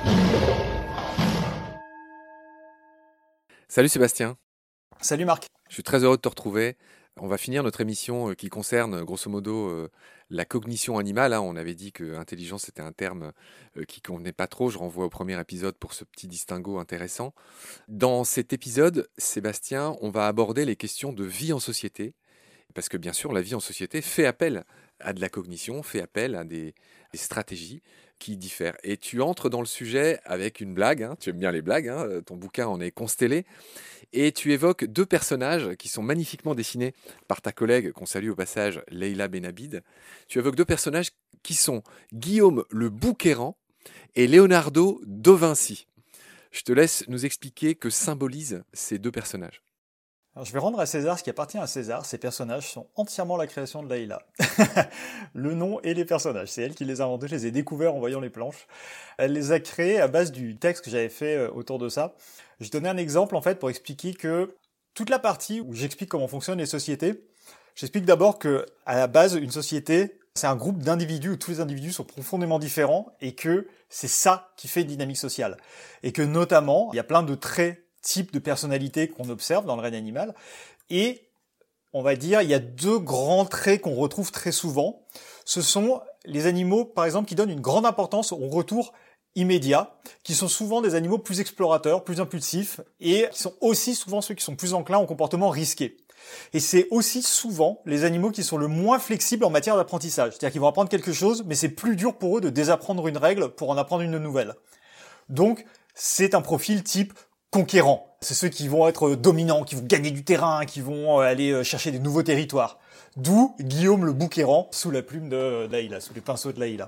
Salut Sébastien, Salut Marc. je suis très heureux de te retrouver. On va finir notre émission qui concerne grosso modo la cognition animale, hein. On avait dit que intelligence c'était un terme qui convenait pas trop. Je renvoie au premier épisode pour ce petit distinguo intéressant. Dans cet épisode, Sébastien, on va aborder les questions de vie en société. Parce que bien sûr, la vie en société fait appel à de la cognition, fait appel à des stratégies qui diffèrent. Et tu entres dans le sujet avec une blague, hein. Tu aimes bien les blagues, hein, ton bouquin en est constellé. Et tu évoques deux personnages qui sont magnifiquement dessinés par ta collègue, qu'on salue au passage, Leïla Benabid. Tu évoques deux personnages qui sont Guillaume le Bouquerant et Leonardo da Vinci. Je te laisse nous expliquer que symbolisent ces deux personnages. Alors, je vais rendre à César ce qui appartient à César. Ces personnages sont entièrement la création de Laïla. Le nom et les personnages, c'est elle qui les a inventés. Je les ai découverts en voyant les planches. Elle les a créés à base du texte que j'avais fait autour de ça. Je donnais un exemple en fait pour expliquer que toute la partie où j'explique comment fonctionnent les sociétés, j'explique d'abord que à la base une société c'est un groupe d'individus où tous les individus sont profondément différents et que c'est ça qui fait une dynamique sociale. Et que notamment, il y a plein de traits types de personnalités qu'on observe dans le règne animal. Et on va dire, il y a deux grands traits qu'on retrouve très souvent. Ce sont les animaux, par exemple, qui donnent une grande importance au retour immédiat, qui sont souvent des animaux plus explorateurs, plus impulsifs, et qui sont aussi souvent ceux qui sont plus enclins au comportement risqué. Et c'est aussi souvent les animaux qui sont le moins flexibles en matière d'apprentissage. C'est-à-dire qu'ils vont apprendre quelque chose, mais c'est plus dur pour eux de désapprendre une règle pour en apprendre une nouvelle. Donc, c'est un profil type conquérant. C'est ceux qui vont être dominants, qui vont gagner du terrain, qui vont aller chercher des nouveaux territoires. D'où Guillaume le Bouquerant sous la plume de Laïla, sous les pinceaux de Laïla.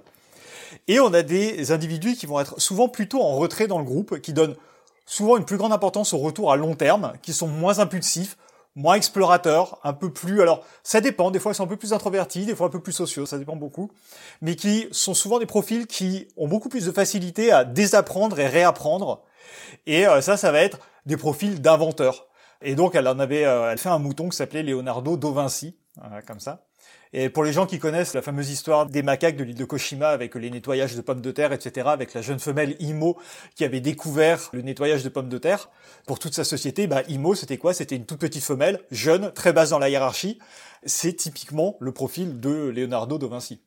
Et on a des individus qui vont être souvent plutôt en retrait dans le groupe, qui donnent souvent une plus grande importance au retour à long terme, qui sont moins impulsifs, moins explorateurs, un peu plus... Alors, ça dépend, des fois ils sont un peu plus introvertis, des fois un peu plus sociaux, ça dépend beaucoup, mais qui sont souvent des profils qui ont beaucoup plus de facilité à désapprendre et réapprendre. Et ça va être des profils d'inventeurs. Et donc elle fait un mouton qui s'appelait Leonardo da Vinci, comme ça. Et pour les gens qui connaissent la fameuse histoire des macaques de l'île de Koshima avec les nettoyages de pommes de terre, etc., avec la jeune femelle Imo qui avait découvert le nettoyage de pommes de terre pour toute sa société, Imo c'était quoi? C'était une toute petite femelle, jeune, très basse dans la hiérarchie. C'est typiquement le profil de Leonardo da Vinci.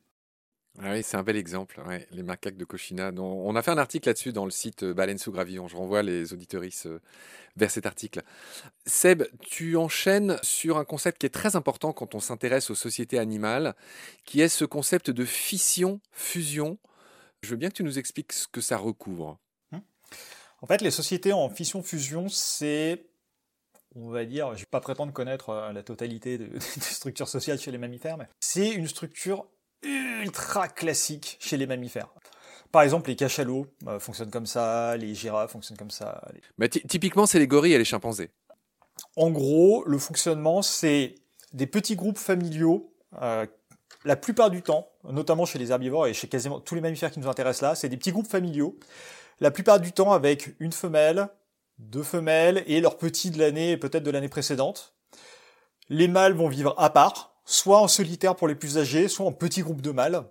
Ah oui, c'est un bel exemple, ouais, les macaques de Cochina. On a fait un article là-dessus dans le site Baleine sous Gravillon. Je renvoie les auditeuristes vers cet article. Seb, tu enchaînes sur un concept qui est très important quand on s'intéresse aux sociétés animales, qui est ce concept de fission-fusion. Je veux bien que tu nous expliques ce que ça recouvre. En fait, les sociétés en fission-fusion, c'est, on va dire, je ne vais pas prétendre connaître la totalité des structures sociales chez les mammifères, mais c'est une structure ultra classique chez les mammifères. Par exemple, les cachalots fonctionnent comme ça, les girafes fonctionnent comme ça. Mais typiquement, c'est les gorilles et les chimpanzés. En gros, le fonctionnement, c'est des petits groupes familiaux, la plupart du temps, notamment chez les herbivores et chez quasiment tous les mammifères qui nous intéressent là, c'est des petits groupes familiaux, la plupart du temps avec une femelle, deux femelles et leurs petits de l'année et peut-être de l'année précédente. Les mâles vont vivre à part, soit en solitaire pour les plus âgés, soit en petits groupes de mâles.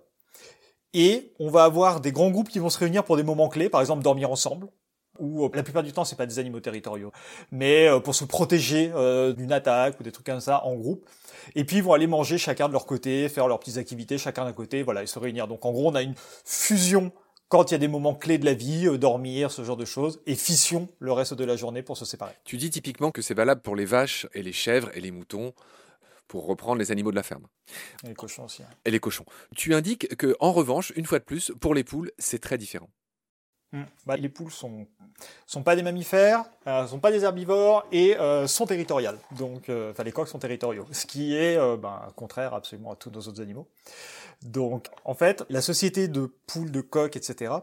Et on va avoir des grands groupes qui vont se réunir pour des moments clés, par exemple dormir ensemble, ou la plupart du temps c'est pas des animaux territoriaux, mais pour se protéger d'une attaque ou des trucs comme ça en groupe. Et puis ils vont aller manger chacun de leur côté, faire leurs petites activités chacun d'un côté, voilà, et se réunir. Donc en gros on a une fusion quand il y a des moments clés de la vie, dormir, ce genre de choses, et fission le reste de la journée pour se séparer. Tu dis typiquement que c'est valable pour les vaches et les chèvres et les moutons, pour reprendre les animaux de la ferme. Et les cochons aussi. Hein. Et les cochons. Tu indiques que, en revanche, une fois de plus, pour les poules, c'est très différent. Les poules sont pas des mammifères, sont pas des herbivores et sont territoriales. Donc, les coqs sont territoriaux, ce qui est contraire absolument à tous nos autres animaux. Donc, en fait, la société de poules, de coqs, etc.,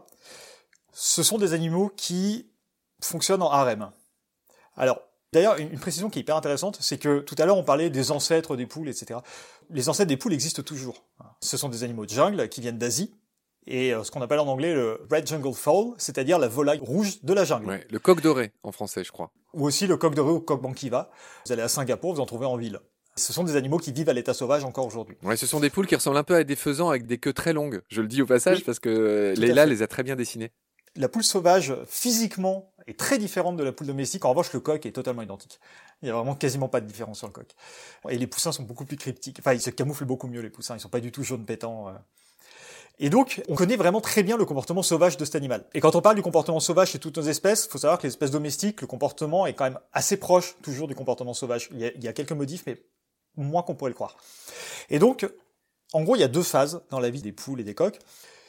ce sont des animaux qui fonctionnent en harem. Alors, d'ailleurs, une précision qui est hyper intéressante, c'est que tout à l'heure on parlait des ancêtres des poules, etc. Les ancêtres des poules existent toujours. Ce sont des animaux de jungle qui viennent d'Asie, et ce qu'on appelle en anglais le Red Jungle Fowl, c'est-à-dire la volaille rouge de la jungle. Ouais, le coq doré en français, je crois. Ou aussi le coq doré ou coq banquiva. Vous allez à Singapour, vous en trouvez en ville. Ce sont des animaux qui vivent à l'état sauvage encore aujourd'hui. Ouais, ce sont des poules qui ressemblent un peu à des faisans avec des queues très longues. Je le dis au passage parce que Leïla les a très bien dessinées. La poule sauvage, physiquement, est très différente de la poule domestique. En revanche, le coq est totalement identique. Il y a vraiment quasiment pas de différence sur le coq. Et les poussins sont beaucoup plus cryptiques. Enfin, ils se camouflent beaucoup mieux, les poussins. Ils sont pas du tout jaunes pétants. Et donc, on connaît vraiment très bien le comportement sauvage de cet animal. Et quand on parle du comportement sauvage chez toutes nos espèces, il faut savoir que les espèces domestiques, le comportement est quand même assez proche, toujours, du comportement sauvage. Il y a quelques modifs, mais moins qu'on pourrait le croire. Et donc, en gros, il y a 2 phases dans la vie des poules et des coqs.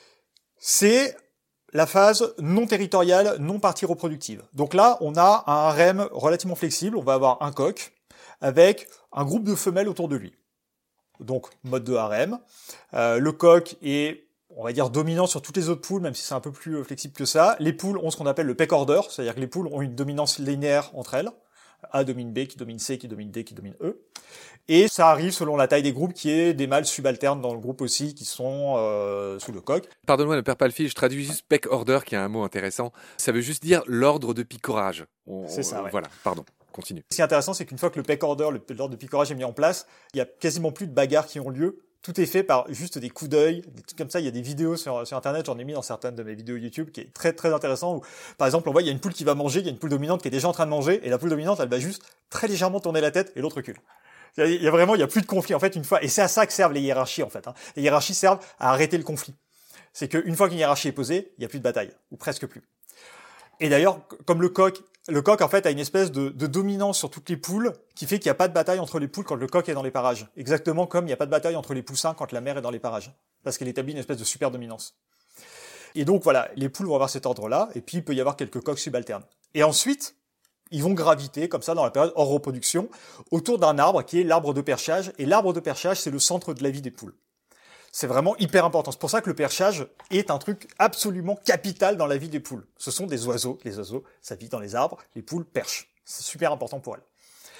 C'est la phase non territoriale, non partie reproductive. Donc là, on a un harem relativement flexible. On va avoir un coq avec un groupe de femelles autour de lui. Donc, mode de harem. Le coq est, on va dire, dominant sur toutes les autres poules, même si c'est un peu plus flexible que ça. Les poules ont ce qu'on appelle le peck order, c'est-à-dire que les poules ont une dominance linéaire entre elles. A domine B, qui domine C, qui domine D, qui domine E. Et ça arrive selon la taille des groupes, qui est des mâles subalternes dans le groupe aussi, qui sont sous le coq. Pardonne-moi, ne perds pas le fil, je traduis juste peck order, qui est un mot intéressant. Ça veut juste dire l'ordre de picorage. C'est ça, ouais. Voilà, pardon, continue. Ce qui est intéressant, c'est qu'une fois que le peck order, l'ordre de picorage est mis en place, il y a quasiment plus de bagarres qui ont lieu. Tout est fait par juste des coups d'œil, des trucs comme ça. Il y a des vidéos sur Internet, j'en ai mis dans certaines de mes vidéos YouTube, qui est très très intéressant, où, par exemple, on voit, il y a une poule qui va manger, il y a une poule dominante qui est déjà en train de manger, et la poule dominante, elle va juste très légèrement tourner la tête, et l'autre recule. Il y a plus de conflit, en fait, une fois, et c'est à ça que servent les hiérarchies, en fait, hein. Les hiérarchies servent à arrêter le conflit. C'est qu'une fois qu'une hiérarchie est posée, il y a plus de bataille, ou presque plus. Et d'ailleurs, comme le coq, en fait, a une espèce de dominance sur toutes les poules, qui fait qu'il n'y a pas de bataille entre les poules quand le coq est dans les parages. Exactement comme il n'y a pas de bataille entre les poussins quand la mère est dans les parages. Parce qu'elle établit une espèce de super dominance. Et donc voilà, les poules vont avoir cet ordre-là, et puis il peut y avoir quelques coqs subalternes. Et ensuite, ils vont graviter, comme ça, dans la période hors reproduction, autour d'un arbre qui est l'arbre de perchage. Et l'arbre de perchage, c'est le centre de la vie des poules. C'est vraiment hyper important. C'est pour ça que le perchage est un truc absolument capital dans la vie des poules. Ce sont des oiseaux. Les oiseaux, ça vit dans les arbres. Les poules perchent. C'est super important pour elles.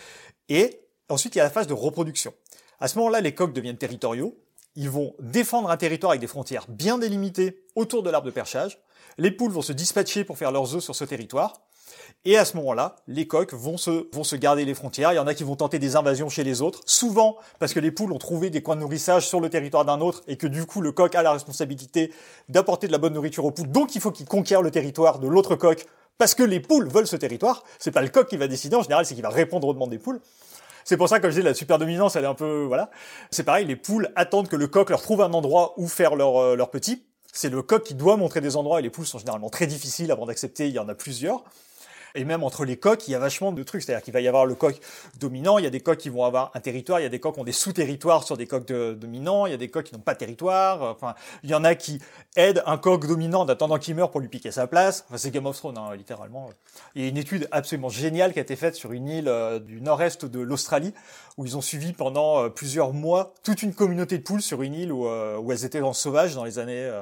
Et ensuite, il y a la phase de reproduction. À ce moment-là, les coqs deviennent territoriaux. Ils vont défendre un territoire avec des frontières bien délimitées autour de l'arbre de perchage. Les poules vont se dispatcher pour faire leurs œufs sur ce territoire. Et à ce moment-là, les coqs vont se garder les frontières. Il y en a qui vont tenter des invasions chez les autres, souvent parce que les poules ont trouvé des coins de nourrissage sur le territoire d'un autre et que du coup le coq a la responsabilité d'apporter de la bonne nourriture aux poules. Donc il faut qu'il conquiert le territoire de l'autre coq parce que les poules veulent ce territoire. C'est pas le coq qui va décider, en général c'est qu'il va répondre aux demandes des poules. C'est pour ça que, comme je dis, la superdominance, elle est un peu, voilà. C'est pareil, les poules attendent que le coq leur trouve un endroit où faire leur petit. C'est le coq qui doit montrer des endroits et les poules sont généralement très difficiles avant d'accepter, il y en a plusieurs. Et même entre les coqs, il y a vachement de trucs. C'est-à-dire qu'il va y avoir le coq dominant, il y a des coqs qui vont avoir un territoire, il y a des coqs qui ont des sous-territoires sur des coqs dominants, il y a des coqs qui n'ont pas de territoire. Enfin, il y en a qui aident un coq dominant en attendant qu'il meure pour lui piquer sa place. Enfin, c'est Game of Thrones, hein, littéralement. Il y a une étude absolument géniale qui a été faite sur une île du nord-est de l'Australie, où ils ont suivi pendant plusieurs mois toute une communauté de poules sur une île où elles étaient en sauvage dans les années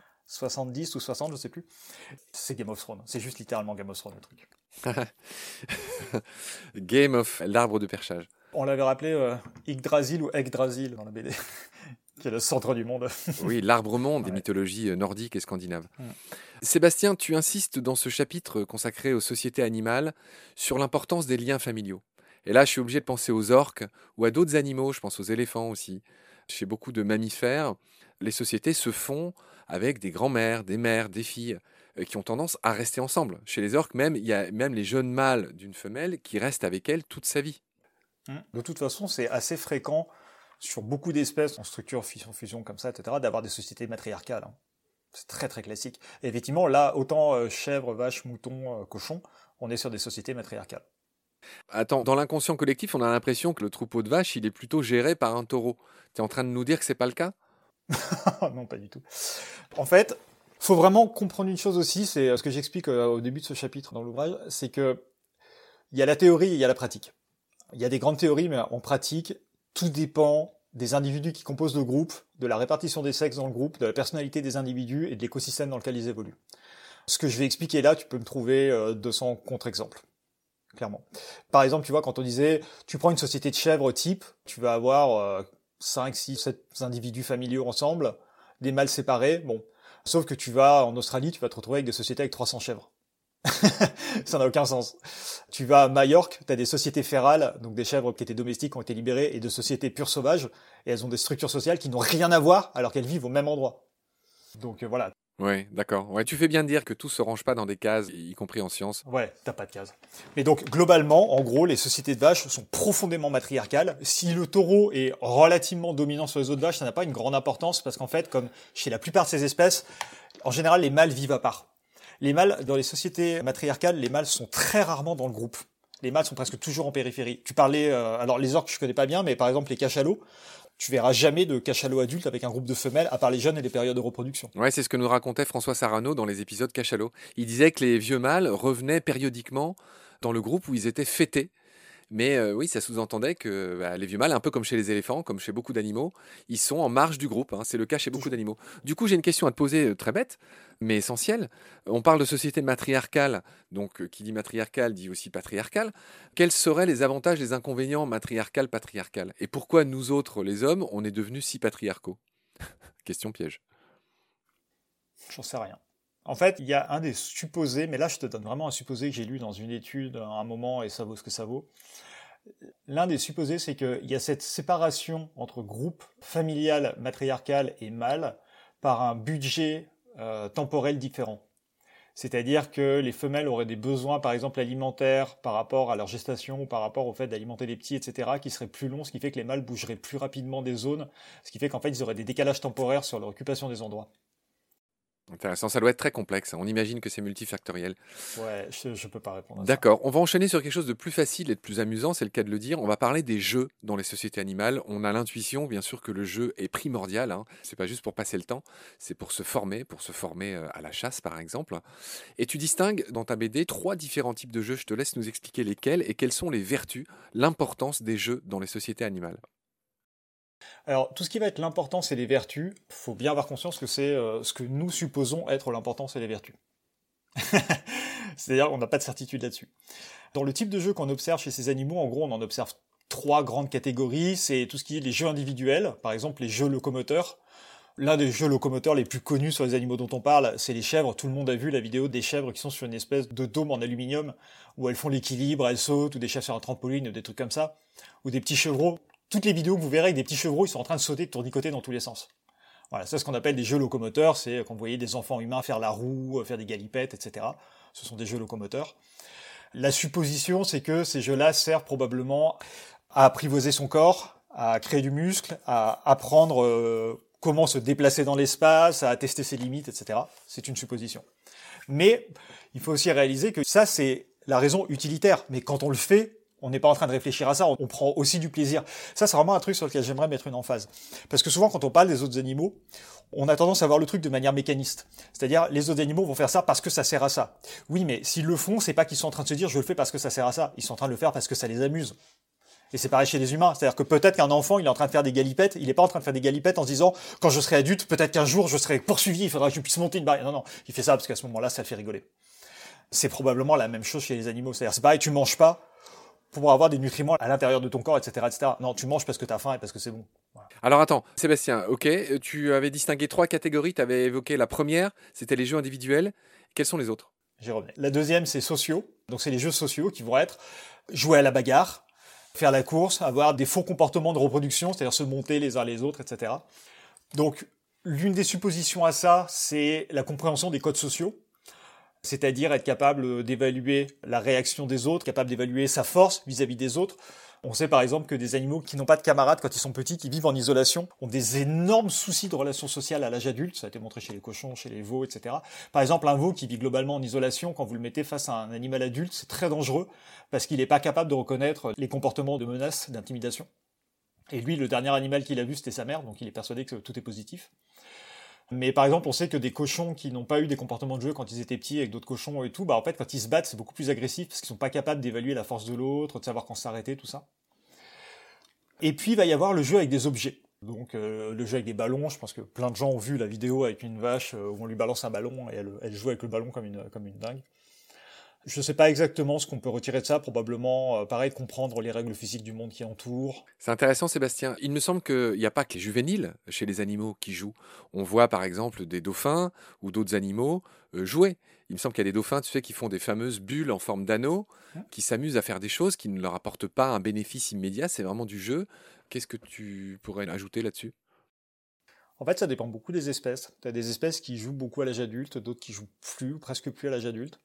70 ou 60, je sais plus. C'est Game of Thrones. C'est juste littéralement Game of Thrones, le truc. Game of l'arbre de perchage. On l'avait rappelé Yggdrasil ou Yggdrasil dans la BD, qui est le centre du monde. Oui, l'arbre-monde des mythologies nordiques et scandinaves. Sébastien, tu insistes dans ce chapitre consacré aux sociétés animales sur l'importance des liens familiaux. Et là, je suis obligé de penser aux orques ou à d'autres animaux, je pense aux éléphants aussi. Chez beaucoup de mammifères, les sociétés se font avec des grands-mères, des mères, des filles qui ont tendance à rester ensemble. Chez les orques même, il y a même les jeunes mâles d'une femelle qui restent avec elle toute sa vie. De toute façon, c'est assez fréquent sur beaucoup d'espèces en structure fission-fusion comme ça, etc., d'avoir des sociétés matriarcales. Hein. C'est très très classique. Et effectivement, là, autant chèvres, vaches, moutons, cochons, on est sur des sociétés matriarcales. Attends, dans l'inconscient collectif, on a l'impression que le troupeau de vaches, il est plutôt géré par un taureau. Tu es en train de nous dire que c'est pas le cas ? Non, pas du tout. En fait, faut vraiment comprendre une chose aussi, c'est ce que j'explique au début de ce chapitre dans l'ouvrage, c'est que il y a la théorie et il y a la pratique. Il y a des grandes théories, mais en pratique, tout dépend des individus qui composent le groupe, de la répartition des sexes dans le groupe, de la personnalité des individus et de l'écosystème dans lequel ils évoluent. Ce que je vais expliquer là, tu peux me trouver 200 contre-exemples. Clairement. Par exemple, tu vois, quand on disait, tu prends une société de chèvres type, tu vas avoir 5, 6, 7 individus familiaux ensemble, des mâles séparés, bon. Sauf que tu vas en Australie, tu vas te retrouver avec des sociétés avec 300 chèvres. Ça n'a aucun sens. Tu vas à Majorque, tu as des sociétés férales, donc des chèvres qui étaient domestiques ont été libérées, et de sociétés pures sauvages, et elles ont des structures sociales qui n'ont rien à voir alors qu'elles vivent au même endroit. Donc voilà. Ouais, d'accord. Ouais, tu fais bien de dire que tout se range pas dans des cases, y compris en sciences. Ouais, t'as pas de case. Mais donc, globalement, en gros, les sociétés de vaches sont profondément matriarcales. Si le taureau est relativement dominant sur les autres vaches, ça n'a pas une grande importance parce qu'en fait, comme chez la plupart de ces espèces, en général, les mâles vivent à part. Les mâles, dans les sociétés matriarcales, les mâles sont très rarement dans le groupe. Les mâles sont presque toujours en périphérie. Tu parlais, alors les orques, je connais pas bien, mais par exemple les cachalots, tu verras jamais de cachalot adulte avec un groupe de femelles, à part les jeunes et les périodes de reproduction. Ouais, c'est ce que nous racontait François Sarano dans les épisodes Cachalot. Il disait que les vieux mâles revenaient périodiquement dans le groupe où ils étaient fêtés. Mais oui, ça sous-entendait que les vieux mâles, un peu comme chez les éléphants, comme chez beaucoup d'animaux, ils sont en marge du groupe, hein. C'est le cas chez beaucoup Toujours. d'animaux. Du coup, j'ai une question à te poser, très bête, mais essentielle. On parle de société matriarcale, donc qui dit matriarcale dit aussi patriarcale. Quels seraient les avantages, les inconvénients matriarcal-patriarcal? Et pourquoi nous autres, les hommes, on est devenus si patriarcaux? Question piège. J'en sais rien. En fait, il y a un des supposés, mais là je te donne vraiment un supposé que j'ai lu dans une étude à un moment et ça vaut ce que ça vaut. L'un des supposés, c'est qu'il y a cette séparation entre groupe familial, matriarcal et mâle par un budget temporel différent. C'est-à-dire que les femelles auraient des besoins, par exemple, alimentaires par rapport à leur gestation ou par rapport au fait d'alimenter les petits, etc., qui seraient plus longs, ce qui fait que les mâles bougeraient plus rapidement des zones, ce qui fait qu'en fait, ils auraient des décalages temporaires sur leur occupation des endroits. Intéressant, ça doit être très complexe, hein. On imagine que c'est multifactoriel. Ouais, je peux pas répondre à ça. D'accord, on va enchaîner sur quelque chose de plus facile et de plus amusant, c'est le cas de le dire. On va parler des jeux dans les sociétés animales. On a l'intuition, bien sûr, que le jeu est primordial, hein. C'est pas juste pour passer le temps, c'est pour se former à la chasse, par exemple. Et tu distingues dans ta BD 3 différents types de jeux. Je te laisse nous expliquer lesquels et quelles sont les vertus, l'importance des jeux dans les sociétés animales. Alors, tout ce qui va être l'importance et les vertus, faut bien avoir conscience que c'est ce que nous supposons être l'importance et les vertus. C'est-à-dire, on n'a pas de certitude là-dessus. Dans le type de jeu qu'on observe chez ces animaux, en gros, on en observe 3 grandes catégories. C'est tout ce qui est les jeux individuels, par exemple les jeux locomoteurs. L'un des jeux locomoteurs les plus connus sur les animaux dont on parle, c'est les chèvres. Tout le monde a vu la vidéo des chèvres qui sont sur une espèce de dôme en aluminium, où elles font l'équilibre, elles sautent, ou des chèvres sur un trampoline, ou des trucs comme ça. Ou des petits chevreaux. Toutes les vidéos que vous verrez avec des petits chevreaux, ils sont en train de sauter, de tournicoter dans tous les sens. Voilà, c'est ce qu'on appelle des jeux locomoteurs, c'est quand vous voyez des enfants humains faire la roue, faire des galipettes, etc. Ce sont des jeux locomoteurs. La supposition, c'est que ces jeux-là servent probablement à apprivoiser son corps, à créer du muscle, à apprendre comment se déplacer dans l'espace, à tester ses limites, etc. C'est une supposition. Mais il faut aussi réaliser que ça, c'est la raison utilitaire. Mais quand on le fait, on n'est pas en train de réfléchir à ça, on prend aussi du plaisir. Ça, c'est vraiment un truc sur lequel j'aimerais mettre une emphase. Parce que souvent, quand on parle des autres animaux, on a tendance à voir le truc de manière mécaniste. C'est-à-dire, les autres animaux vont faire ça parce que ça sert à ça. Oui, mais s'ils le font, c'est pas qu'ils sont en train de se dire je le fais parce que ça sert à ça. Ils sont en train de le faire parce que ça les amuse. Et c'est pareil chez les humains. C'est-à-dire que peut-être qu'un enfant, il est en train de faire des galipettes, il n'est pas en train de faire des galipettes en se disant quand je serai adulte, peut-être qu'un jour je serai poursuivi, il faudra que je puisse monter une barrière. Non, non, il fait ça parce qu'à ce moment-là, ça le fait rigoler. C'est probablement la même chose chez les animaux. C'est-à-dire, c'est pareil, tu manges pas pour avoir des nutriments à l'intérieur de ton corps, etc., etc. Non, tu manges parce que tu as faim et parce que c'est bon. Voilà. Alors attends, Sébastien, ok, tu avais distingué 3 catégories, tu avais évoqué la première, c'était les jeux individuels. Quels sont les autres? J'y revenais. La deuxième, c'est sociaux. Donc, c'est les jeux sociaux qui vont être jouer à la bagarre, faire la course, avoir des faux comportements de reproduction, c'est-à-dire se monter les uns les autres, etc. Donc, l'une des suppositions à ça, c'est la compréhension des codes sociaux, c'est-à-dire être capable d'évaluer la réaction des autres, capable d'évaluer sa force vis-à-vis des autres. On sait par exemple que des animaux qui n'ont pas de camarades quand ils sont petits, qui vivent en isolation, ont des énormes soucis de relations sociales à l'âge adulte. Ça a été montré chez les cochons, chez les veaux, etc. Par exemple, un veau qui vit globalement en isolation, quand vous le mettez face à un animal adulte, c'est très dangereux parce qu'il n'est pas capable de reconnaître les comportements de menace, d'intimidation. Et lui, le dernier animal qu'il a vu, c'était sa mère, donc il est persuadé que tout est positif. Mais par exemple, on sait que des cochons qui n'ont pas eu des comportements de jeu quand ils étaient petits avec d'autres cochons et tout, bah en fait, quand ils se battent, c'est beaucoup plus agressif parce qu'ils sont pas capables d'évaluer la force de l'autre, de savoir quand s'arrêter, tout ça. Et puis, il va y avoir le jeu avec des objets. Donc, le jeu avec des ballons, je pense que plein de gens ont vu la vidéo avec une vache où on lui balance un ballon et elle joue avec le ballon comme une dingue. Je sais pas exactement ce qu'on peut retirer de ça, probablement, pareil, comprendre les règles physiques du monde qui entoure. C'est intéressant, Sébastien. Il me semble qu'il n'y a pas que les juvéniles chez les animaux qui jouent. On voit par exemple des dauphins ou d'autres animaux jouer. Il me semble qu'il y a des dauphins, tu sais, qui font des fameuses bulles en forme d'anneau, qui s'amusent à faire des choses qui ne leur apportent pas un bénéfice immédiat. C'est vraiment du jeu. Qu'est-ce que tu pourrais ajouter là-dessus? En fait, ça dépend beaucoup des espèces. Tu as des espèces qui jouent beaucoup à l'âge adulte, d'autres qui jouent plus, ou presque plus à l'âge adulte.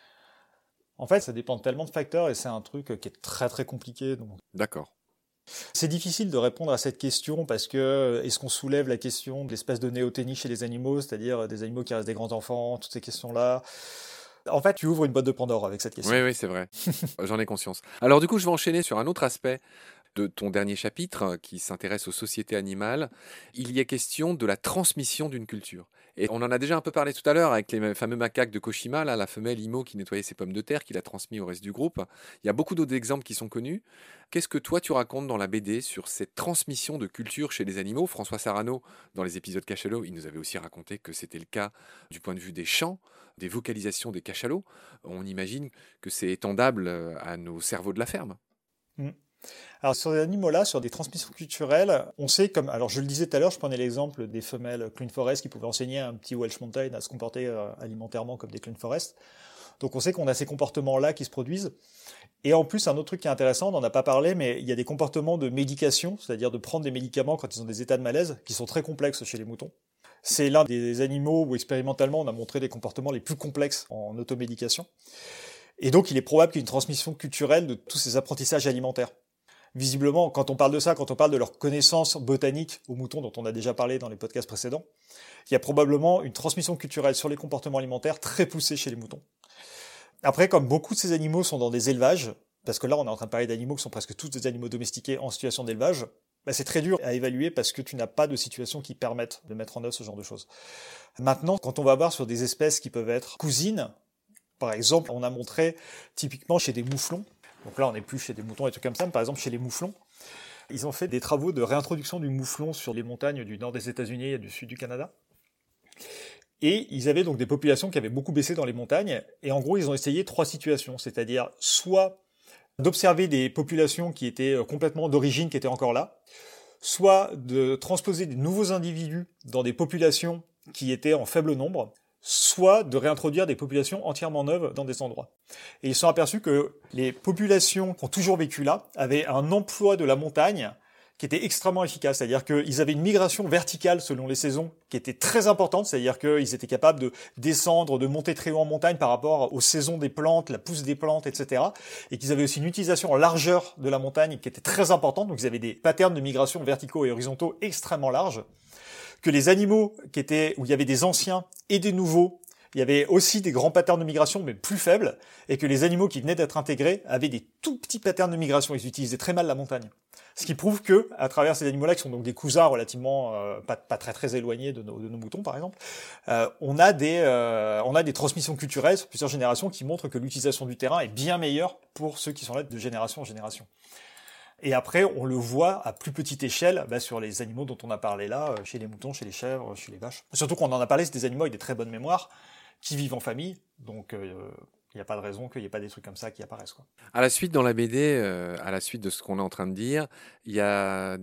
En fait, ça dépend de tellement de facteurs et c'est un truc qui est très très compliqué. Donc. D'accord. C'est difficile de répondre à cette question parce que est-ce qu'on soulève la question de l'espèce de néoténie chez les animaux, c'est-à-dire des animaux qui restent des grands enfants, toutes ces questions-là. En fait, tu ouvres une boîte de Pandore avec cette question. Oui, c'est vrai. J'en ai conscience. Alors du coup, je vais enchaîner sur un autre aspect de ton dernier chapitre qui s'intéresse aux sociétés animales. Il y a question de la transmission d'une culture. Et on en a déjà un peu parlé tout à l'heure avec les fameux macaques de Koshima, là, la femelle Imo qui nettoyait ses pommes de terre, qui l'a transmis au reste du groupe. Il y a beaucoup d'autres exemples qui sont connus. Qu'est-ce que toi tu racontes dans la BD sur cette transmission de culture chez les animaux? François Sarano, dans les épisodes Cachalot, il nous avait aussi raconté que c'était le cas du point de vue des chants, des vocalisations des cachalots. On imagine que c'est étendable à nos cerveaux de la ferme. Alors sur ces animaux-là, sur des transmissions culturelles, on sait comme, alors je le disais tout à l'heure, je prenais l'exemple des femelles Clown Forest qui pouvaient enseigner à un petit Welsh Mountain à se comporter alimentairement comme des Clown Forest. Donc on sait qu'on a ces comportements-là qui se produisent. Et en plus, un autre truc qui est intéressant, on n'en a pas parlé, mais il y a des comportements de médication, c'est-à-dire de prendre des médicaments quand ils ont des états de malaise, qui sont très complexes chez les moutons. C'est l'un des animaux où expérimentalement on a montré les comportements les plus complexes en automédication. Et donc il est probable qu'il y ait une transmission culturelle de tous ces apprentissages alimentaires. Visiblement, quand on parle de ça, quand on parle de leur connaissance botanique aux moutons dont on a déjà parlé dans les podcasts précédents, il y a probablement une transmission culturelle sur les comportements alimentaires très poussée chez les moutons. Après, comme beaucoup de ces animaux sont dans des élevages, parce que là on est en train de parler d'animaux qui sont presque tous des animaux domestiqués en situation d'élevage, c'est très dur à évaluer parce que tu n'as pas de situation qui permette de mettre en œuvre ce genre de choses. Maintenant, quand on va voir sur des espèces qui peuvent être cousines, par exemple, on a montré typiquement chez des mouflons, donc là on n'est plus chez des moutons et trucs comme ça, mais par exemple chez les mouflons, ils ont fait des travaux de réintroduction du mouflon sur les montagnes du nord des États-Unis et du sud du Canada. Et ils avaient donc des populations qui avaient beaucoup baissé dans les montagnes, et en gros ils ont essayé 3 situations, c'est-à-dire soit d'observer des populations qui étaient complètement d'origine, qui étaient encore là, soit de transposer des nouveaux individus dans des populations qui étaient en faible nombre, soit de réintroduire des populations entièrement neuves dans des endroits. Et ils se sont aperçus que les populations qui ont toujours vécu là avaient un emploi de la montagne qui était extrêmement efficace, c'est-à-dire qu'ils avaient une migration verticale selon les saisons qui était très importante, c'est-à-dire qu'ils étaient capables de descendre, de monter très haut en montagne par rapport aux saisons des plantes, la pousse des plantes, etc. Et qu'ils avaient aussi une utilisation en largeur de la montagne qui était très importante, donc ils avaient des patterns de migration verticaux et horizontaux extrêmement larges, que les animaux qui étaient, où il y avait des anciens et des nouveaux, il y avait aussi des grands patterns de migration, mais plus faibles, et que les animaux qui venaient d'être intégrés avaient des tout petits patterns de migration, ils utilisaient très mal la montagne. Ce qui prouve que, à travers ces animaux-là, qui sont donc des cousins relativement pas très très éloignés de nos moutons, par exemple, on a des transmissions culturelles sur plusieurs générations qui montrent que l'utilisation du terrain est bien meilleure pour ceux qui sont là de génération en génération. Et après, on le voit à plus petite échelle sur les animaux dont on a parlé là, chez les moutons, chez les chèvres, chez les vaches. Surtout qu'on en a parlé, c'est des animaux avec des très bonnes mémoires, qui vivent en famille, donc il n'y a pas de raison qu'il n'y ait pas des trucs comme ça qui apparaissent, quoi. À la suite, dans la BD, à la suite de ce qu'on est en train de dire, il y a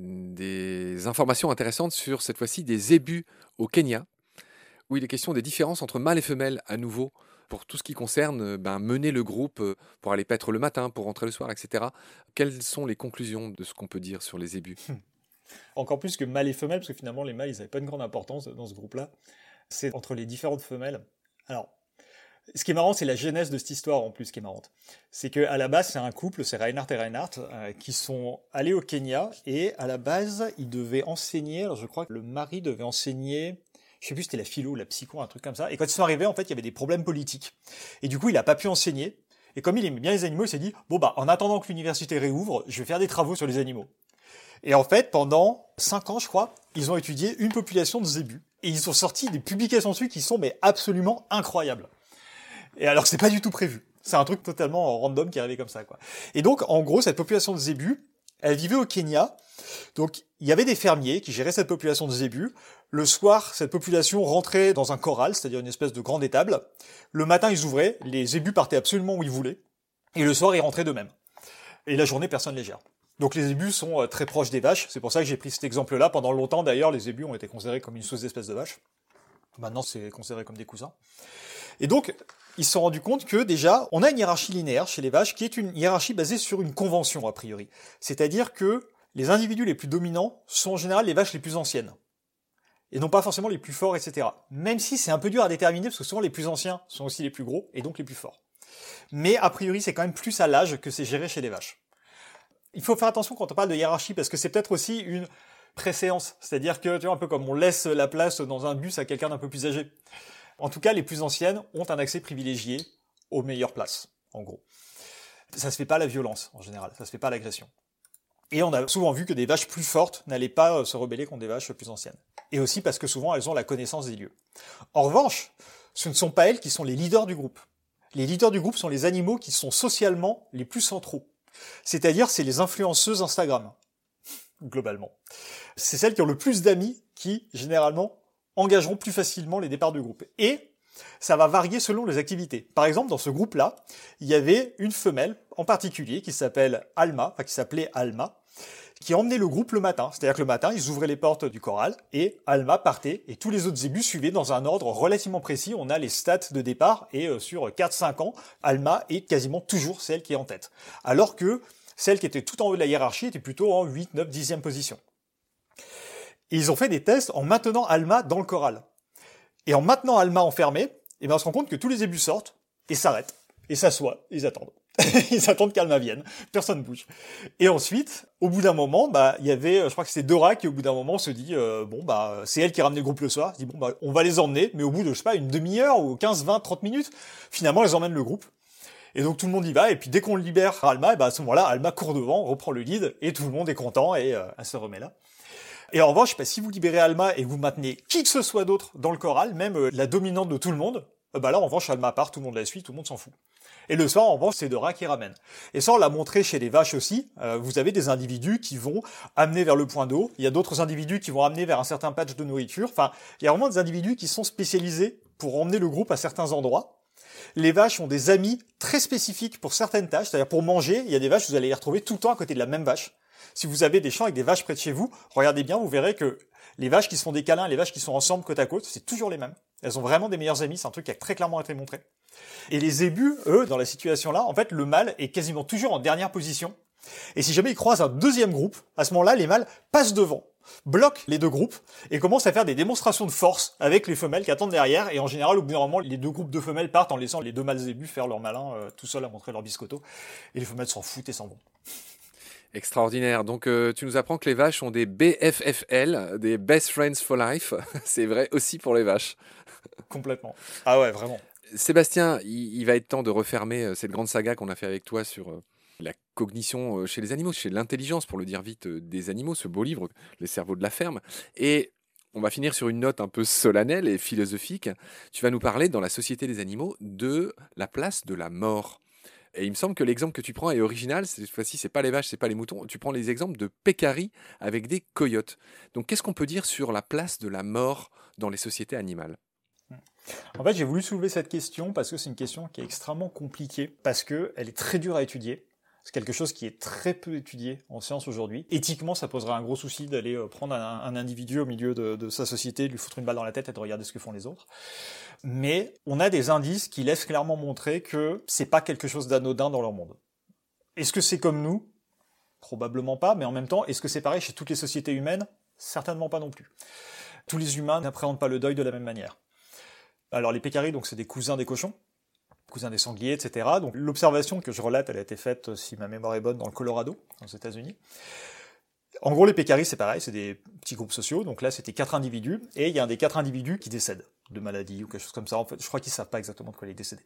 des informations intéressantes sur, cette fois-ci, des zébus au Kenya, où il est question des différences entre mâles et femelles, à nouveau, pour tout ce qui concerne mener le groupe pour aller paître le matin, pour rentrer le soir, etc. Quelles sont les conclusions de ce qu'on peut dire sur les zébus? Encore plus que mâles et femelles, parce que finalement, les mâles, ils n'avaient pas une grande importance dans ce groupe-là. C'est entre les différentes femelles. Alors, ce qui est marrant, c'est la genèse de cette histoire en plus qui est marrante. C'est qu'à la base, c'est un couple, c'est Reinhardt et Reinhardt, qui sont allés au Kenya et à la base, ils devaient enseigner, alors je crois que le mari devait enseigner, je sais plus si c'était la philo, la psycho, un truc comme ça, et quand ils sont arrivés, en fait, il y avait des problèmes politiques. Et du coup, il a pas pu enseigner, et comme il aimait bien les animaux, il s'est dit, en attendant que l'université réouvre, je vais faire des travaux sur les animaux. Et en fait, pendant 5 ans, je crois, ils ont étudié une population de zébus. Et ils ont sorti des publications dessus qui sont absolument incroyables. Et alors que c'est pas du tout prévu. C'est un truc totalement random qui est arrivé comme ça, quoi. Et donc, en gros, cette population de zébus, elle vivait au Kenya. Donc, il y avait des fermiers qui géraient cette population de zébus. Le soir, cette population rentrait dans un corral, c'est-à-dire une espèce de grande étable. Le matin, ils ouvraient. Les zébus partaient absolument où ils voulaient. Et le soir, ils rentraient d'eux-mêmes. Et la journée, personne ne les gère. Donc les zébus sont très proches des vaches, c'est pour ça que j'ai pris cet exemple-là. Pendant longtemps d'ailleurs, les zébus ont été considérés comme une sous-espèce de vache. Maintenant, c'est considéré comme des cousins. Et donc, ils se sont rendus compte que déjà, on a une hiérarchie linéaire chez les vaches qui est une hiérarchie basée sur une convention a priori. C'est-à-dire que les individus les plus dominants sont en général les vaches les plus anciennes. et non pas forcément les plus forts, etc. Même si c'est un peu dur à déterminer, parce que souvent les plus anciens sont aussi les plus gros, et donc les plus forts. Mais a priori, c'est quand même plus à l'âge que c'est géré chez les vaches. Il faut faire attention quand on parle de hiérarchie, parce que c'est peut-être aussi une préséance, c'est-à-dire que, tu vois, un peu comme on laisse la place dans un bus à quelqu'un d'un peu plus âgé. En tout cas, les plus anciennes ont un accès privilégié aux meilleures places, en gros. Ça se fait pas la violence, en général, ça se fait pas l'agression. Et on a souvent vu que des vaches plus fortes n'allaient pas se rebeller contre des vaches plus anciennes. Et aussi parce que souvent elles ont la connaissance des lieux. En revanche, ce ne sont pas elles qui sont les leaders du groupe. Les leaders du groupe sont les animaux qui sont socialement les plus centraux. C'est-à-dire, c'est les influenceuses Instagram, globalement. C'est celles qui ont le plus d'amis qui, généralement, engageront plus facilement les départs du groupe. Et ça va varier selon les activités. Par exemple, dans ce groupe-là, il y avait une femelle en particulier qui s'appelait Alma, qui emmenait le groupe le matin. C'est-à-dire que le matin, ils ouvraient les portes du corral et Alma partait et tous les autres zébus suivaient dans un ordre relativement précis. On a les stats de départ et sur 4-5 ans, Alma est quasiment toujours celle qui est en tête. Alors que celle qui était tout en haut de la hiérarchie était plutôt en 8, 9, 10e position. Et ils ont fait des tests en maintenant Alma dans le corral. Et en maintenant Alma enfermée, on se rend compte que tous les zébus sortent et s'arrêtent et s'assoient, ils attendent. Ils attendent qu'Alma vienne, personne ne bouge. Et ensuite, au bout d'un moment, il y avait, je crois que c'était Dora qui au bout d'un moment se dit, c'est elle qui ramenait le groupe le soir, elle dit on va les emmener, mais au bout de, je sais pas, une demi-heure ou 15, 20, 30 minutes, finalement elles emmènent le groupe. Et donc tout le monde y va, et puis dès qu'on libère Alma, à ce moment-là, Alma court devant, reprend le lead, et tout le monde est content, et elle se remet là. Et en revanche, si vous libérez Alma et vous maintenez qui que ce soit d'autre dans le corral, même la dominante de tout le monde, là en revanche Alma part, tout le monde la suit, tout le monde s'en fout. Et le soir, en revanche, c'est Dora qui ramène. Et ça, on l'a montré chez les vaches aussi. Vous avez des individus qui vont amener vers le point d'eau. Il y a d'autres individus qui vont amener vers un certain patch de nourriture. Enfin, il y a vraiment des individus qui sont spécialisés pour emmener le groupe à certains endroits. Les vaches ont des amis très spécifiques pour certaines tâches. C'est-à-dire pour manger, il y a des vaches, vous allez les retrouver tout le temps à côté de la même vache. Si vous avez des champs avec des vaches près de chez vous, regardez bien, vous verrez que les vaches qui se font des câlins et les vaches qui sont ensemble côte à côte, c'est toujours les mêmes. Elles ont vraiment des meilleurs amis, c'est un truc qui a très clairement été montré. Et les zébus, eux, dans la situation-là, en fait, le mâle est quasiment toujours en dernière position. Et si jamais ils croisent un deuxième groupe, à ce moment-là, les mâles passent devant, bloquent les deux groupes et commencent à faire des démonstrations de force avec les femelles qui attendent derrière. Et en général, au bout d'un moment, les deux groupes de femelles partent en laissant les deux mâles zébus faire leur malin tout seuls à montrer leur biscotto. Et les femelles s'en foutent et s'en vont. Extraordinaire. Donc, tu nous apprends que les vaches ont des BFFL, des Best Friends for Life. C'est vrai aussi pour les vaches. Complètement. Ah ouais, vraiment. Sébastien, il va être temps de refermer cette grande saga qu'on a fait avec toi sur la cognition chez les animaux, chez l'intelligence, pour le dire vite, des animaux, ce beau livre, Les cerveaux de la ferme. Et on va finir sur une note un peu solennelle et philosophique. Tu vas nous parler, dans la société des animaux, de la place de la mort. Et il me semble que l'exemple que tu prends est original. Cette fois-ci, c'est pas les vaches, c'est pas les moutons. Tu prends les exemples de pécaris avec des coyotes. Donc, qu'est-ce qu'on peut dire sur la place de la mort dans les sociétés animales ? En fait, j'ai voulu soulever cette question parce que c'est une question qui est extrêmement compliquée, parce que elle est très dure à étudier. C'est quelque chose qui est très peu étudié en sciences aujourd'hui. Éthiquement, ça poserait un gros souci d'aller prendre un individu au milieu de sa société, de lui foutre une balle dans la tête et de regarder ce que font les autres. Mais on a des indices qui laissent clairement montrer que c'est pas quelque chose d'anodin dans leur monde. Est-ce que c'est comme nous ? Probablement pas, mais en même temps, est-ce que c'est pareil chez toutes les sociétés humaines ? Certainement pas non plus. Tous les humains n'appréhendent pas le deuil de la même manière. Alors les pécaris, donc c'est des cousins des cochons, cousins des sangliers, etc. Donc l'observation que je relate, elle a été faite, si ma mémoire est bonne, dans le Colorado, aux États-Unis. En gros, les pécaris, c'est pareil, c'est des petits groupes sociaux. Donc là, c'était 4 individus, et il y a un des 4 individus qui décède de maladie ou quelque chose comme ça. En fait, je crois qu'ils savent pas exactement de quoi il est décédé.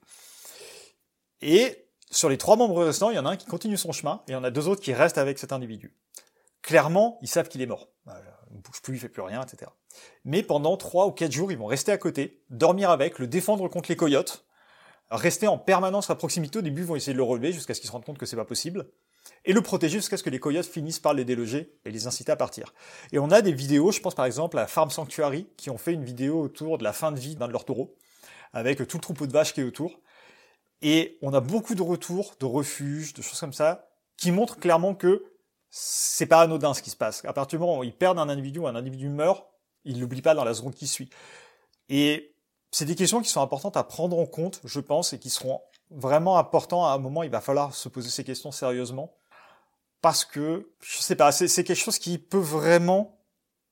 Et sur les 3 membres restants, il y en a un qui continue son chemin, et il y en a 2 autres qui restent avec cet individu. Clairement, ils savent qu'il est mort. Il ne bouge plus, il fait plus rien, etc. Mais pendant 3 ou 4 jours, ils vont rester à côté, dormir avec, le défendre contre les coyotes, rester en permanence à proximité. Au début, ils vont essayer de le relever jusqu'à ce qu'ils se rendent compte que c'est pas possible, et le protéger jusqu'à ce que les coyotes finissent par les déloger et les inciter à partir. Et on a des vidéos, je pense par exemple à Farm Sanctuary, qui ont fait une vidéo autour de la fin de vie d'un de leurs taureaux, avec tout le troupeau de vaches qui est autour. Et on a beaucoup de retours, de refuges, de choses comme ça, qui montrent clairement que c'est pas anodin ce qui se passe. À partir du moment où ils perdent un individu ou un individu meurt, ils l'oublient pas dans la seconde qui suit. Et c'est des questions qui sont importantes à prendre en compte, je pense, et qui seront vraiment importantes. À un moment, il va falloir se poser ces questions sérieusement. Parce que, je sais pas, c'est quelque chose qui peut vraiment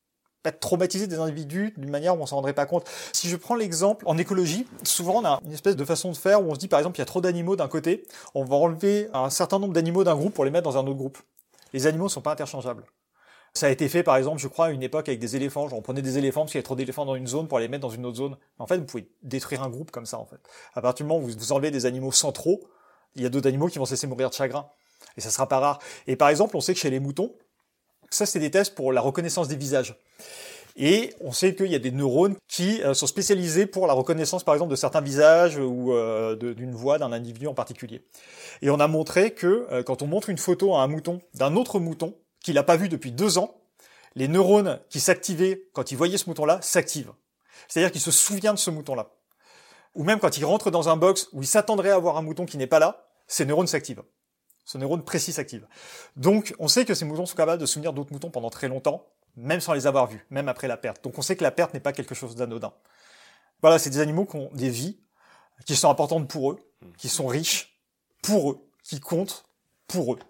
traumatiser des individus d'une manière où on s'en rendrait pas compte. Si je prends l'exemple, en écologie, souvent on a une espèce de façon de faire où on se dit par exemple il y a trop d'animaux d'un côté, on va enlever un certain nombre d'animaux d'un groupe pour les mettre dans un autre groupe. Les animaux ne sont pas interchangeables. Ça a été fait par exemple, je crois, à une époque avec des éléphants. Genre on prenait des éléphants parce qu'il y avait trop d'éléphants dans une zone pour les mettre dans une autre zone. En fait, vous pouvez détruire un groupe comme ça en fait. À partir du moment où vous enlevez des animaux centraux, il y a d'autres animaux qui vont se laisser mourir de chagrin. Et ça sera pas rare. Et par exemple, on sait que chez les moutons, ça c'est des tests pour la reconnaissance des visages. Et on sait qu'il y a des neurones qui sont spécialisés pour la reconnaissance, par exemple, de certains visages ou d'une voix d'un individu en particulier. Et on a montré que quand on montre une photo à un mouton d'un autre mouton qu'il n'a pas vu depuis 2 ans, les neurones qui s'activaient quand il voyait ce mouton-là s'activent. C'est-à-dire qu'il se souvient de ce mouton-là. Ou même quand il rentre dans un box où il s'attendrait à voir un mouton qui n'est pas là, ces neurones s'activent. Ce neurone précis s'active. Donc, on sait que ces moutons sont capables de se souvenir d'autres moutons pendant très longtemps, même sans les avoir vus, même après la perte. Donc, on sait que la perte n'est pas quelque chose d'anodin. Voilà, c'est des animaux qui ont des vies, qui sont importantes pour eux, qui sont riches pour eux, qui comptent pour eux.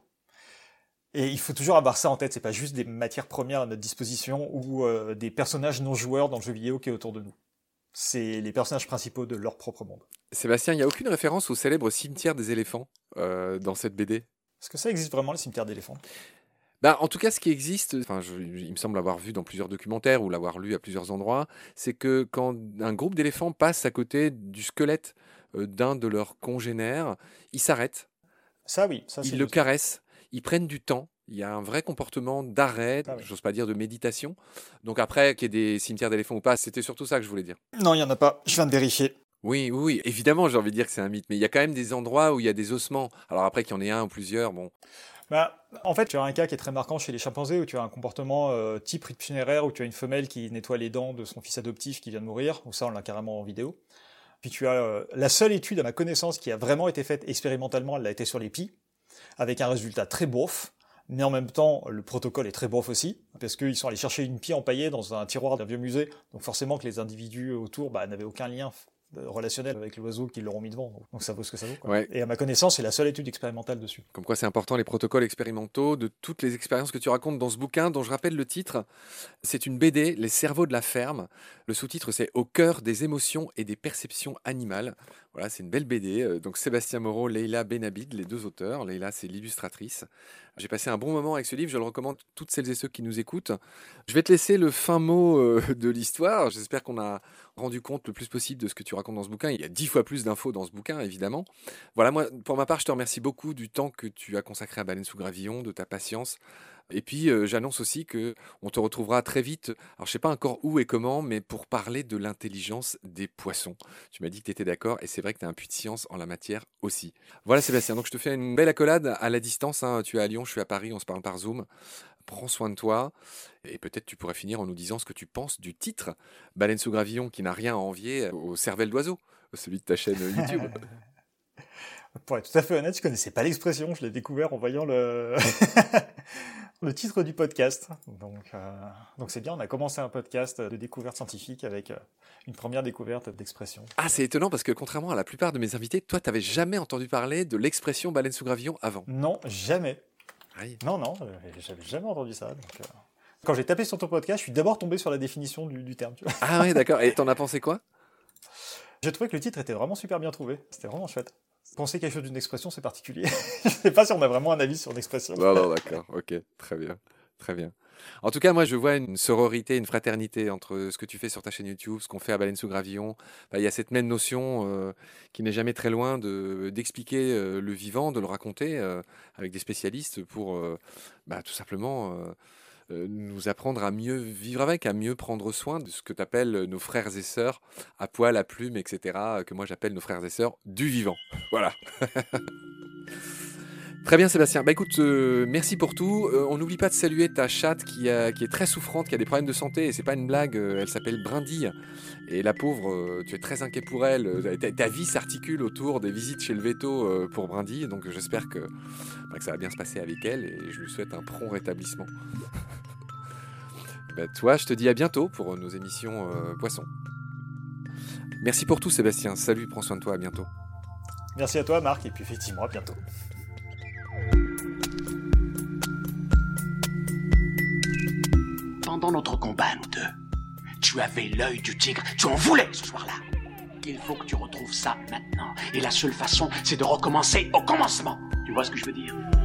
Et il faut toujours avoir ça en tête, c'est pas juste des matières premières à notre disposition ou des personnages non joueurs dans le jeu vidéo qui est autour de nous. C'est les personnages principaux de leur propre monde. Sébastien, il n'y a aucune référence au célèbre cimetière des éléphants dans cette BD? Est-ce que ça existe vraiment, le cimetière d'éléphants? Bah, en tout cas, ce qui existe, il me semble l'avoir vu dans plusieurs documentaires ou l'avoir lu à plusieurs endroits, c'est que quand un groupe d'éléphants passe à côté du squelette d'un de leurs congénères, ils s'arrêtent, Ça oui, ça c'est ils le caressent, ils prennent du temps. Il y a un vrai comportement d'arrêt, Ah oui. j'ose pas dire de méditation. Donc après, qu'il y ait des cimetières d'éléphants ou pas, c'était surtout ça que je voulais dire. Non, il n'y en a pas, je viens de vérifier. Oui, évidemment, j'ai envie de dire que c'est un mythe, mais il y a quand même des endroits où il y a des ossements. Alors après, qu'il y en ait un ou plusieurs, bon. En fait, tu as un cas qui est très marquant chez les chimpanzés où tu as un comportement type rite funéraire où tu as une femelle qui nettoie les dents de son fils adoptif qui vient de mourir, ou ça on l'a carrément en vidéo. Puis tu as la seule étude à ma connaissance qui a vraiment été faite expérimentalement, elle a été sur les pies, avec un résultat très beauf, mais en même temps le protocole est très beauf aussi, parce qu'ils sont allés chercher une pie empaillée dans un tiroir d'un vieux musée, donc forcément que les individus autour n'avaient aucun lien relationnel avec l'oiseau qu'ils leur ont mis devant, donc ça vaut ce que ça vaut, quoi. Ouais. Et à ma connaissance, c'est la seule étude expérimentale dessus. Comme quoi c'est important les protocoles expérimentaux de toutes les expériences que tu racontes dans ce bouquin dont je rappelle le titre. C'est une BD, Les cerveaux de la ferme. Le sous-titre c'est Au cœur des émotions et des perceptions animales. Voilà, c'est une belle BD. Donc Sébastien Moreau, Leïla Benabid, les deux auteurs. Leïla c'est l'illustratrice. J'ai passé un bon moment avec ce livre, je le recommande à toutes celles et ceux qui nous écoutent. Je vais te laisser le fin mot de l'histoire. J'espère qu'on a rendu compte le plus possible de ce que tu racontes dans ce bouquin. Il y a 10 fois plus d'infos dans ce bouquin, évidemment. Voilà, moi, pour ma part, je te remercie beaucoup du temps que tu as consacré à Baleine sous Gravillon, de ta patience. Et puis, j'annonce aussi qu'on te retrouvera très vite, alors je sais pas encore où et comment, mais pour parler de l'intelligence des poissons. Tu m'as dit que tu étais d'accord, et c'est vrai que tu as un puits de science en la matière aussi. Voilà Sébastien, donc je te fais une belle accolade à la distance, hein. Tu es à Lyon, je suis à Paris, on se parle par Zoom. Prends soin de toi, et peut-être tu pourrais finir en nous disant ce que tu penses du titre Baleine sous Gravillon, qui n'a rien à envier au cervelle d'oiseau, celui de ta chaîne YouTube. Pour être tout à fait honnête, je connaissais pas l'expression, je l'ai découvert en voyant le le titre du podcast. Donc c'est bien, on a commencé un podcast de découverte scientifique avec une première découverte d'expression. Ah, c'est étonnant parce que contrairement à la plupart de mes invités, toi, t'avais jamais entendu parler de l'expression baleine sous gravillon avant. Non, jamais. Aïe. Non, j'avais jamais entendu ça. Quand j'ai tapé sur ton podcast, je suis d'abord tombé sur la définition du terme. Tu vois. Ah ouais, d'accord. Et t'en as pensé quoi? J'ai trouvé que le titre était vraiment super bien trouvé. C'était vraiment chouette. Penser quelque chose d'une expression, c'est particulier. Je sais pas si on a vraiment un avis sur l'expression. Non, d'accord. Ok, très bien. Très bien. En tout cas, moi, je vois une sororité, une fraternité entre ce que tu fais sur ta chaîne YouTube, ce qu'on fait à Baleine sous Gravillon. Il y a cette même notion qui n'est jamais très loin d'expliquer le vivant, de le raconter avec des spécialistes pour tout simplement nous apprendre à mieux vivre avec, à mieux prendre soin de ce que tu appelles nos frères et sœurs à poil, à plume, etc., que moi j'appelle nos frères et sœurs du vivant. Voilà. Très bien Sébastien, écoute, merci pour tout. On n'oublie pas de saluer ta chatte qui est très souffrante, qui a des problèmes de santé, et c'est pas une blague, elle s'appelle Brindille. Et la pauvre, tu es très inquiet pour elle. Ta vie s'articule autour des visites chez le veto pour Brindille, donc j'espère que ça va bien se passer avec elle, et je lui souhaite un prompt rétablissement. Toi, je te dis à bientôt pour nos émissions Poissons. Merci pour tout Sébastien, salut, prends soin de toi, à bientôt. Merci à toi Marc, et puis effectivement à bientôt. Pendant pendant notre combat, nous deux, tu avais l'œil du tigre, tu en voulais ce soir-là. Il faut que tu retrouves ça maintenant. Et la seule façon, c'est de recommencer au commencement. Tu vois ce que je veux dire ?